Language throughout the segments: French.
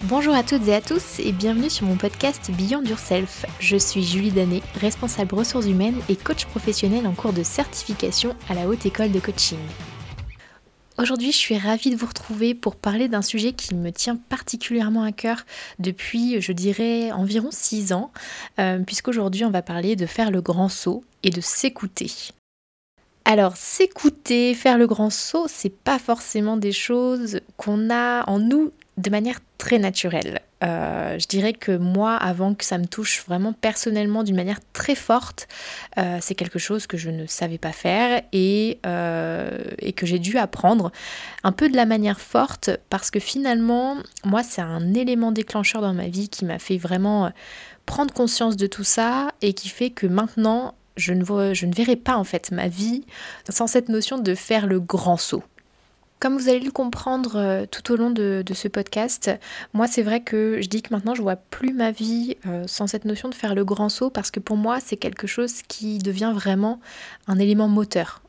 Bonjour à toutes et à tous et bienvenue sur mon podcast Beyond Yourself. Je suis Julie Danet, responsable ressources humaines et coach professionnel en cours de certification à la Haute École de Coaching. Aujourd'hui, je suis ravie de vous retrouver pour parler d'un sujet qui me tient particulièrement à cœur depuis, je dirais, environ 6 ans, puisqu'aujourd'hui, on va parler de faire le grand saut et de s'écouter. Alors, s'écouter, faire le grand saut, c'est pas forcément des choses qu'on a en nous de manière très naturelle. Je dirais que moi, avant que ça me touche vraiment personnellement d'une manière très forte, c'est quelque chose que je ne savais pas faire et que j'ai dû apprendre un peu de la manière forte parce que finalement, moi, c'est un élément déclencheur dans ma vie qui m'a fait vraiment prendre conscience de tout ça et qui fait que maintenant, je ne verrai pas en fait ma vie sans cette notion de faire le grand saut. Comme vous allez le comprendre tout au long de ce podcast, moi c'est vrai que je dis que maintenant je vois plus ma vie sans cette notion de faire le grand saut parce que pour moi c'est quelque chose qui devient vraiment un élément moteur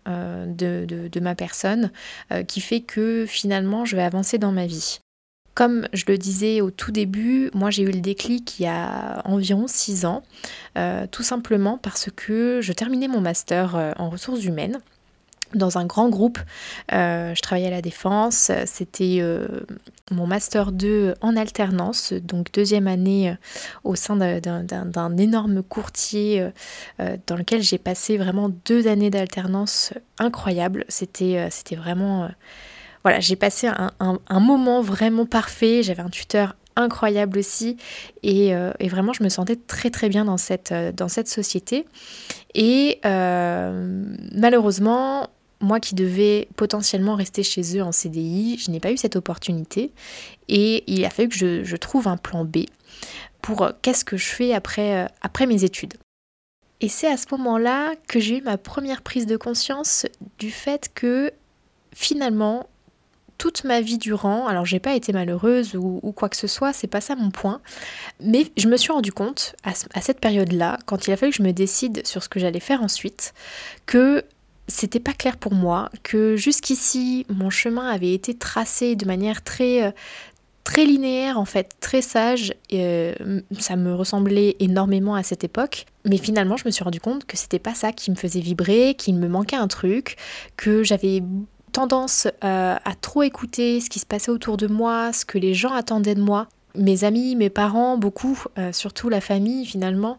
de ma personne qui fait que finalement je vais avancer dans ma vie. Comme je le disais au tout début, moi j'ai eu le déclic il y a environ 6 ans, tout simplement parce que je terminais mon master en ressources humaines. Dans un grand groupe, je travaillais à la Défense, c'était mon master 2 en alternance, donc deuxième année au sein d'un énorme courtier dans lequel j'ai passé vraiment 2 années d'alternance incroyables. C'était vraiment... Voilà, j'ai passé un moment vraiment parfait, j'avais un tuteur incroyable aussi et vraiment je me sentais très très bien dans cette société. Et malheureusement, moi qui devais potentiellement rester chez eux en CDI, je n'ai pas eu cette opportunité et il a fallu que je trouve un plan B pour qu'est-ce que je fais après mes études. Et c'est à ce moment-là que j'ai eu ma première prise de conscience du fait que finalement, toute ma vie durant, alors j'ai pas été malheureuse ou quoi que ce soit, c'est pas ça mon point, mais je me suis rendu compte à cette période-là, quand il a fallu que je me décide sur ce que j'allais faire ensuite, que c'était pas clair pour moi, que jusqu'ici mon chemin avait été tracé de manière très linéaire en fait, très sage, ça me ressemblait énormément à cette époque, mais finalement je me suis rendu compte que c'était pas ça qui me faisait vibrer, qu'il me manquait un truc, que j'avais tendance à trop écouter ce qui se passait autour de moi, ce que les gens attendaient de moi, mes amis, mes parents, beaucoup, surtout la famille finalement,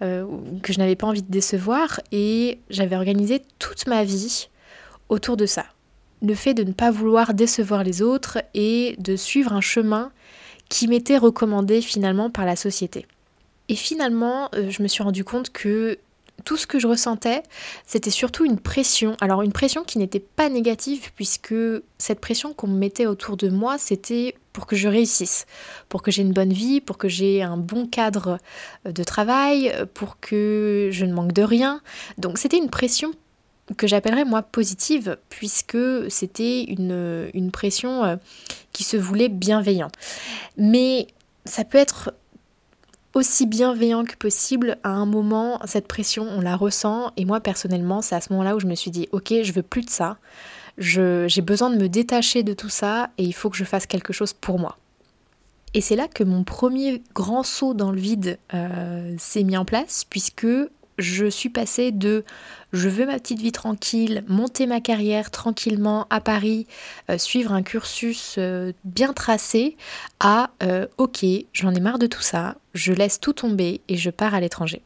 que je n'avais pas envie de décevoir, et j'avais organisé toute ma vie autour de ça. Le fait de ne pas vouloir décevoir les autres et de suivre un chemin qui m'était recommandé finalement par la société. Et finalement, je me suis rendu compte que tout ce que je ressentais, c'était surtout une pression. Alors une pression qui n'était pas négative puisque cette pression qu'on me mettait autour de moi, c'était pour que je réussisse, pour que j'ai une bonne vie, pour que j'ai un bon cadre de travail, pour que je ne manque de rien. Donc c'était une pression que j'appellerais moi positive puisque c'était une pression qui se voulait bienveillante. Mais ça peut être aussi bienveillant que possible, à un moment, cette pression, on la ressent, et moi personnellement, c'est à ce moment-là où je me suis dit, ok, je veux plus de ça, j'ai besoin de me détacher de tout ça, et il faut que je fasse quelque chose pour moi. Et c'est là que mon premier grand saut dans le vide s'est mis en place, puisque je suis passée de je veux ma petite vie tranquille, monter ma carrière tranquillement à Paris, suivre un cursus bien tracé, à ok, j'en ai marre de tout ça, je laisse tout tomber et je pars à l'étranger.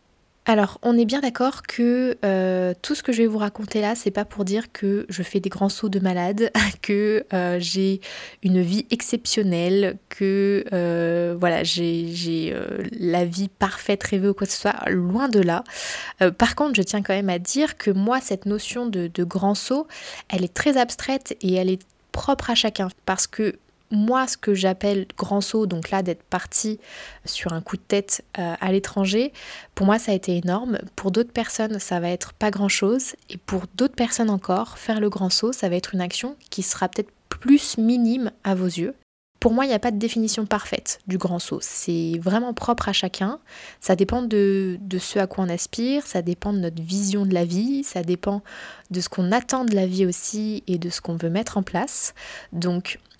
Alors, on est bien d'accord que tout ce que je vais vous raconter là, c'est pas pour dire que je fais des grands sauts de malade, que j'ai une vie exceptionnelle, que voilà, j'ai la vie parfaite rêvée ou quoi que ce soit, loin de là. Par contre, je tiens quand même à dire que moi, cette notion de grand saut, elle est très abstraite et elle est propre à chacun, parce que moi, ce que j'appelle grand saut, donc là d'être partie sur un coup de tête à l'étranger, pour moi ça a été énorme. Pour d'autres personnes, ça va être pas grand chose. Et pour d'autres personnes encore, faire le grand saut, ça va être une action qui sera peut-être plus minime à vos yeux. Pour moi, il n'y a pas de définition parfaite du grand saut. C'est vraiment propre à chacun. Ça dépend de ce à quoi on aspire, ça dépend de notre vision de la vie, ça dépend de ce qu'on attend de la vie aussi et de ce qu'on veut mettre en place. Donc,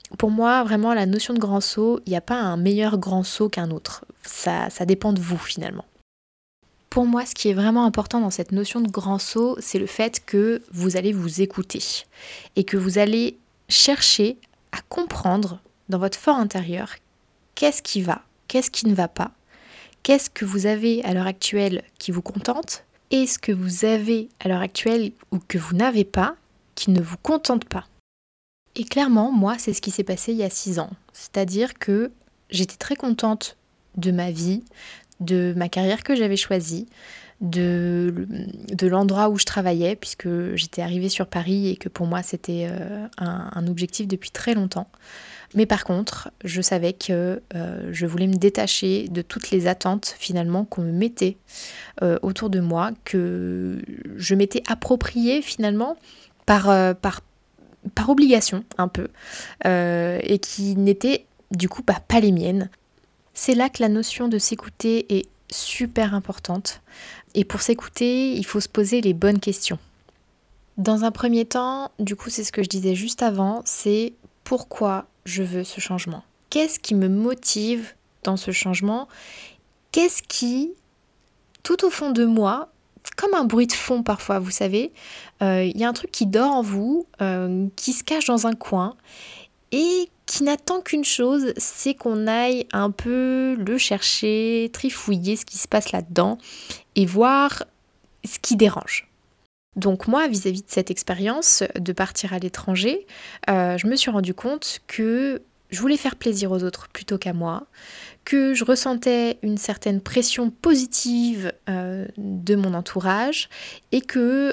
Pour moi, vraiment, la notion de grand saut, il n'y a pas un meilleur grand saut qu'un autre. Ça dépend de vous finalement. Pour moi, ce qui est vraiment important dans cette notion de grand saut, c'est le fait que vous allez vous écouter et que vous allez chercher à comprendre dans votre fort intérieur qu'est-ce qui va, qu'est-ce qui ne va pas, qu'est-ce que vous avez à l'heure actuelle qui vous contente et ce que vous avez à l'heure actuelle ou que vous n'avez pas qui ne vous contente pas. Et clairement, moi, c'est ce qui s'est passé il y a 6 ans. C'est-à-dire que j'étais très contente de ma vie, de ma carrière que j'avais choisie, de l'endroit où je travaillais, puisque j'étais arrivée sur Paris et que pour moi, c'était un objectif depuis très longtemps. Mais par contre, je savais que je voulais me détacher de toutes les attentes finalement qu'on me mettait autour de moi, que je m'étais appropriée finalement par obligation un peu, et qui n'étaient du coup pas les miennes. C'est là que la notion de s'écouter est super importante. Et pour s'écouter, il faut se poser les bonnes questions. Dans un premier temps, du coup c'est ce que je disais juste avant, c'est pourquoi je veux ce changement. Qu'est-ce qui me motive dans ce changement ? Qu'est-ce qui, tout au fond de moi, comme un bruit de fond parfois, vous savez, il y a un truc qui dort en vous, qui se cache dans un coin et qui n'attend qu'une chose, c'est qu'on aille un peu le chercher, trifouiller ce qui se passe là-dedans et voir ce qui dérange. Donc moi, vis-à-vis de cette expérience de partir à l'étranger, je me suis rendu compte que je voulais faire plaisir aux autres plutôt qu'à moi, que je ressentais une certaine pression positive de mon entourage et que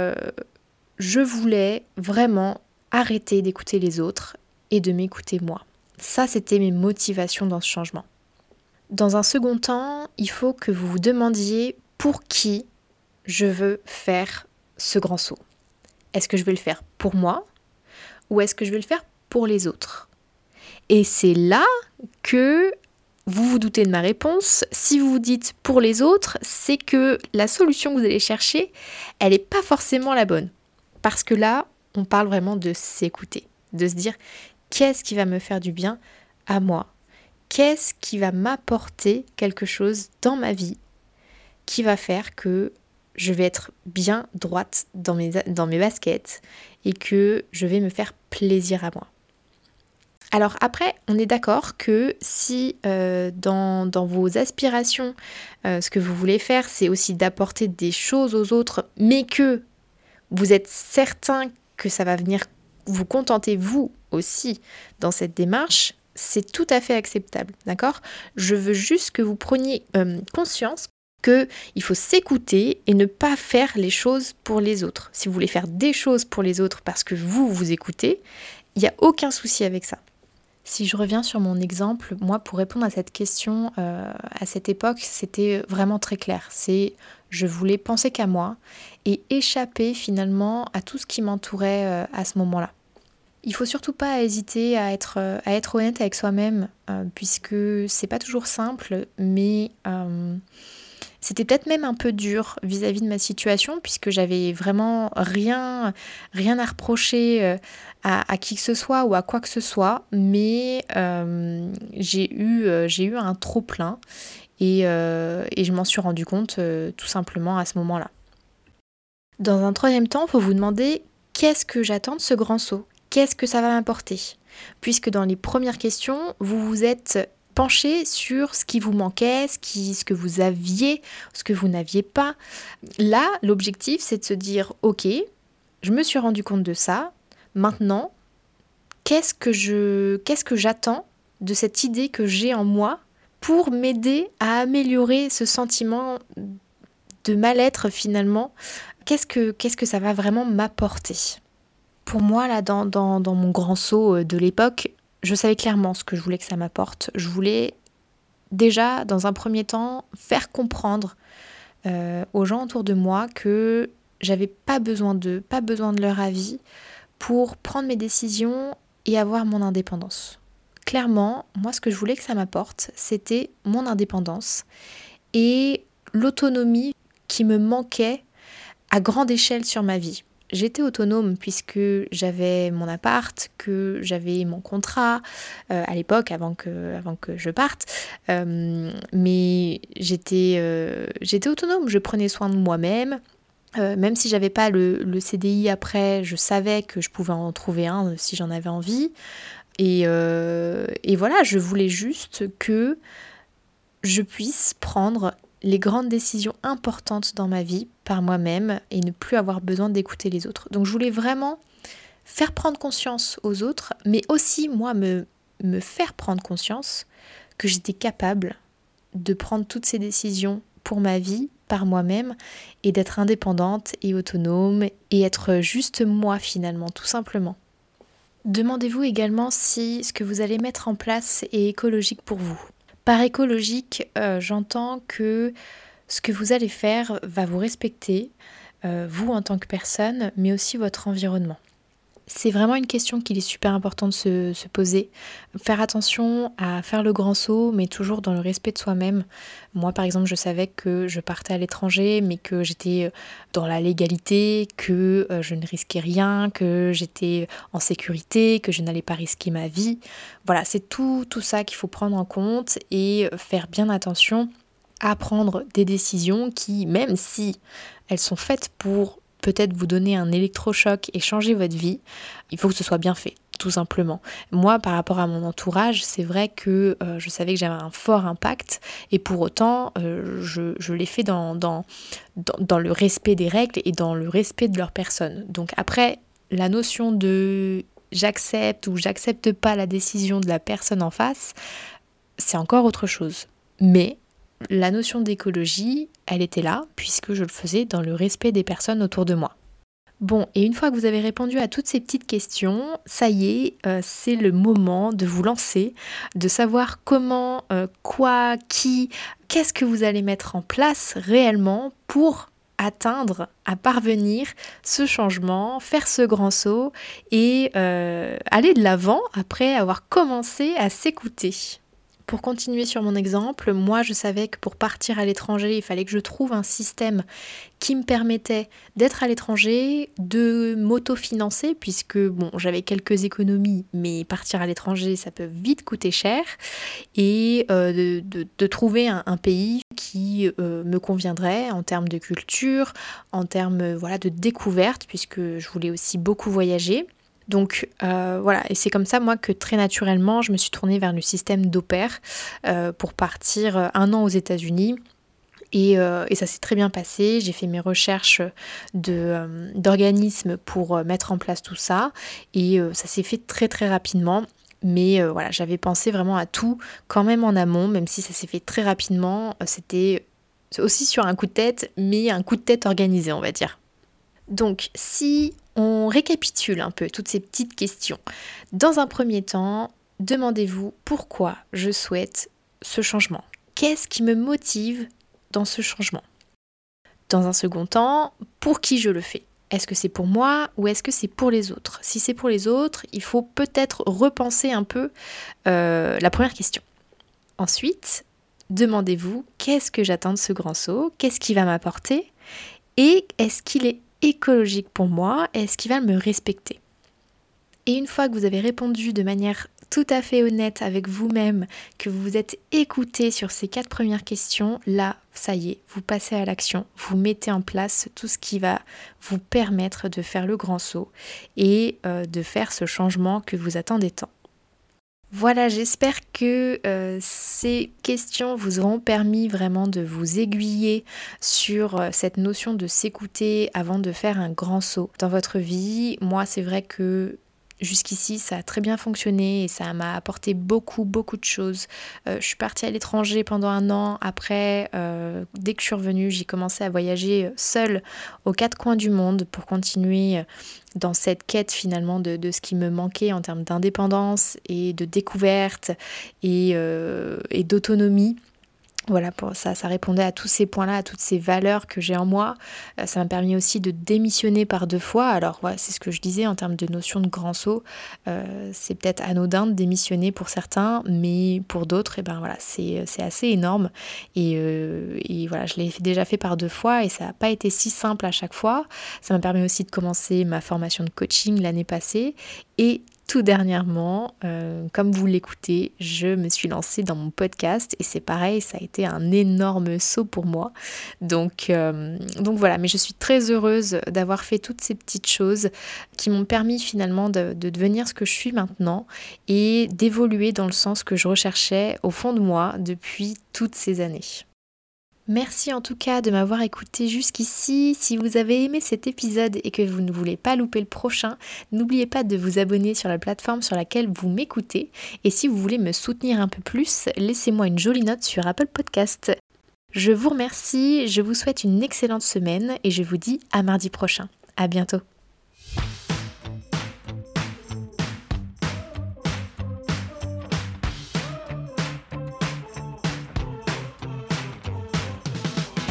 je voulais vraiment arrêter d'écouter les autres et de m'écouter moi. Ça, c'était mes motivations dans ce changement. Dans un second temps, il faut que vous vous demandiez pour qui je veux faire ce grand saut. Est-ce que je vais le faire pour moi ou est-ce que je vais le faire pour les autres ? Et c'est là que vous vous doutez de ma réponse. Si vous vous dites pour les autres, c'est que la solution que vous allez chercher, elle n'est pas forcément la bonne. Parce que là, on parle vraiment de s'écouter, de se dire qu'est-ce qui va me faire du bien à moi ? Qu'est-ce qui va m'apporter quelque chose dans ma vie qui va faire que je vais être bien droite dans mes baskets et que je vais me faire plaisir à moi. Alors après, on est d'accord que si dans vos aspirations, ce que vous voulez faire, c'est aussi d'apporter des choses aux autres, mais que vous êtes certain que ça va venir vous contenter vous aussi dans cette démarche, c'est tout à fait acceptable, d'accord ? Je veux juste que vous preniez conscience qu'il faut s'écouter et ne pas faire les choses pour les autres. Si vous voulez faire des choses pour les autres parce que vous écoutez, il n'y a aucun souci avec ça. Si je reviens sur mon exemple, moi pour répondre à cette question, à cette époque, c'était vraiment très clair. Je voulais penser qu'à moi et échapper finalement à tout ce qui m'entourait à ce moment-là. Il faut surtout pas hésiter à être honnête avec soi-même, puisque c'est pas toujours simple, mais c'était peut-être même un peu dur vis-à-vis de ma situation, puisque j'avais vraiment rien à reprocher à qui que ce soit ou à quoi que ce soit, mais j'ai eu un trop-plein et je m'en suis rendu compte tout simplement à ce moment-là. Dans un troisième temps, il faut vous demander qu'est-ce que j'attends de ce grand saut ? Qu'est-ce que ça va m'apporter ? Puisque dans les premières questions, vous vous êtes penché sur ce qui vous manquait, ce que vous aviez, ce que vous n'aviez pas. Là, l'objectif, c'est de se dire, ok, je me suis rendu compte de ça. Maintenant, qu'est-ce que j'attends de cette idée que j'ai en moi pour m'aider à améliorer ce sentiment de mal-être finalement ? Qu'est-ce que ça va vraiment m'apporter ? Pour moi, là, dans mon grand saut de l'époque, je savais clairement ce que je voulais que ça m'apporte. Je voulais déjà, dans un premier temps, faire comprendre aux gens autour de moi que j'avais pas besoin d'eux, pas besoin de leur avis pour prendre mes décisions et avoir mon indépendance. Clairement, moi, ce que je voulais que ça m'apporte, c'était mon indépendance et l'autonomie qui me manquait à grande échelle sur ma vie. j'étais autonome puisque j'avais mon appart, que j'avais mon contrat à l'époque avant que je parte. Mais j'étais autonome, je prenais soin de moi-même. Même si j'avais pas le CDI après, je savais que je pouvais en trouver un si j'en avais envie. Et voilà, je voulais juste que je puisse prendre les grandes décisions importantes dans ma vie par moi-même et ne plus avoir besoin d'écouter les autres. Donc je voulais vraiment faire prendre conscience aux autres, mais aussi moi me faire prendre conscience que j'étais capable de prendre toutes ces décisions pour ma vie par moi-même et d'être indépendante et autonome et être juste moi finalement, tout simplement. Demandez-vous également si ce que vous allez mettre en place est écologique pour vous. Par écologique, j'entends que ce que vous allez faire va vous respecter, vous en tant que personne, mais aussi votre environnement. C'est vraiment une question qu'il est super important de se poser. Faire attention à faire le grand saut, mais toujours dans le respect de soi-même. Moi, par exemple, je savais que je partais à l'étranger, mais que j'étais dans la légalité, que je ne risquais rien, que j'étais en sécurité, que je n'allais pas risquer ma vie. Voilà, c'est tout ça qu'il faut prendre en compte et faire bien attention à prendre des décisions qui, même si elles sont faites pour peut-être vous donner un électrochoc et changer votre vie, il faut que ce soit bien fait, tout simplement. Moi, par rapport à mon entourage, c'est vrai que je savais que j'avais un fort impact et pour autant, je l'ai fait dans le respect des règles et dans le respect de leur personne. Donc après, la notion de j'accepte ou j'accepte pas la décision de la personne en face, c'est encore autre chose. Mais la notion d'écologie, elle était là, puisque je le faisais dans le respect des personnes autour de moi. Bon, et une fois que vous avez répondu à toutes ces petites questions, ça y est, c'est le moment de vous lancer, de savoir comment, quoi, qui, qu'est-ce que vous allez mettre en place réellement pour atteindre, à parvenir ce changement, faire ce grand saut et aller de l'avant après avoir commencé à s'écouter. Pour continuer sur mon exemple, moi je savais que pour partir à l'étranger, il fallait que je trouve un système qui me permettait d'être à l'étranger, de m'autofinancer, puisque bon, j'avais quelques économies, mais partir à l'étranger, ça peut vite coûter cher, et de trouver un pays qui me conviendrait en termes de culture, en termes de découverte, puisque je voulais aussi beaucoup voyager. Donc voilà, et c'est comme ça moi que très naturellement je me suis tournée vers le système d'au pair pour partir 1 an aux États-Unis et ça s'est très bien passé. J'ai fait mes recherches d'organismes pour mettre en place tout ça et ça s'est fait très très rapidement. Mais voilà, j'avais pensé vraiment à tout quand même en amont, même si ça s'est fait très rapidement. C'était aussi sur un coup de tête, mais un coup de tête organisé on va dire. Donc, si on récapitule un peu toutes ces petites questions, dans un premier temps, demandez-vous pourquoi je souhaite ce changement. Qu'est-ce qui me motive dans ce changement? Dans un second temps, pour qui je le fais? Est-ce que c'est pour moi ou est-ce que c'est pour les autres? Si c'est pour les autres, il faut peut-être repenser un peu la première question. Ensuite, demandez-vous qu'est-ce que j'attends de ce grand saut? Qu'est-ce qui va m'apporter? Et est-ce qu'il est écologique pour moi? Est-ce qu'il va me respecter? Et une fois que vous avez répondu de manière tout à fait honnête avec vous-même, que vous vous êtes écouté sur ces 4 premières questions, là, ça y est, vous passez à l'action, vous mettez en place tout ce qui va vous permettre de faire le grand saut et de faire ce changement que vous attendez tant. Voilà, j'espère que ces questions vous auront permis vraiment de vous aiguiller sur cette notion de s'écouter avant de faire un grand saut dans votre vie. Moi, c'est vrai que jusqu'ici, ça a très bien fonctionné et ça m'a apporté beaucoup de choses. Je suis partie à l'étranger pendant 1 an. Après, dès que je suis revenue, j'ai commencé à voyager seule aux 4 coins du monde pour continuer dans cette quête finalement de ce qui me manquait en termes d'indépendance et de découverte et d'autonomie. Voilà, pour ça, ça répondait à tous ces points-là, à toutes ces valeurs que j'ai en moi. Ça m'a permis aussi de démissionner par 2 fois. Alors ouais, c'est ce que je disais en termes de notion de grand saut. C'est peut-être anodin de démissionner pour certains, mais pour d'autres, et ben voilà, c'est assez énorme. Et voilà, je l'ai déjà fait par 2 fois et ça n'a pas été si simple à chaque fois. Ça m'a permis aussi de commencer ma formation de coaching l'année passée et tout dernièrement, comme vous l'écoutez, je me suis lancée dans mon podcast et c'est pareil, ça a été un énorme saut pour moi. Donc voilà, mais je suis très heureuse d'avoir fait toutes ces petites choses qui m'ont permis finalement de devenir ce que je suis maintenant et d'évoluer dans le sens que je recherchais au fond de moi depuis toutes ces années. Merci en tout cas de m'avoir écouté jusqu'ici. Si vous avez aimé cet épisode et que vous ne voulez pas louper le prochain, n'oubliez pas de vous abonner sur la plateforme sur laquelle vous m'écoutez. Et si vous voulez me soutenir un peu plus, laissez-moi une jolie note sur Apple Podcast. Je vous remercie, je vous souhaite une excellente semaine et je vous dis à mardi prochain. À bientôt.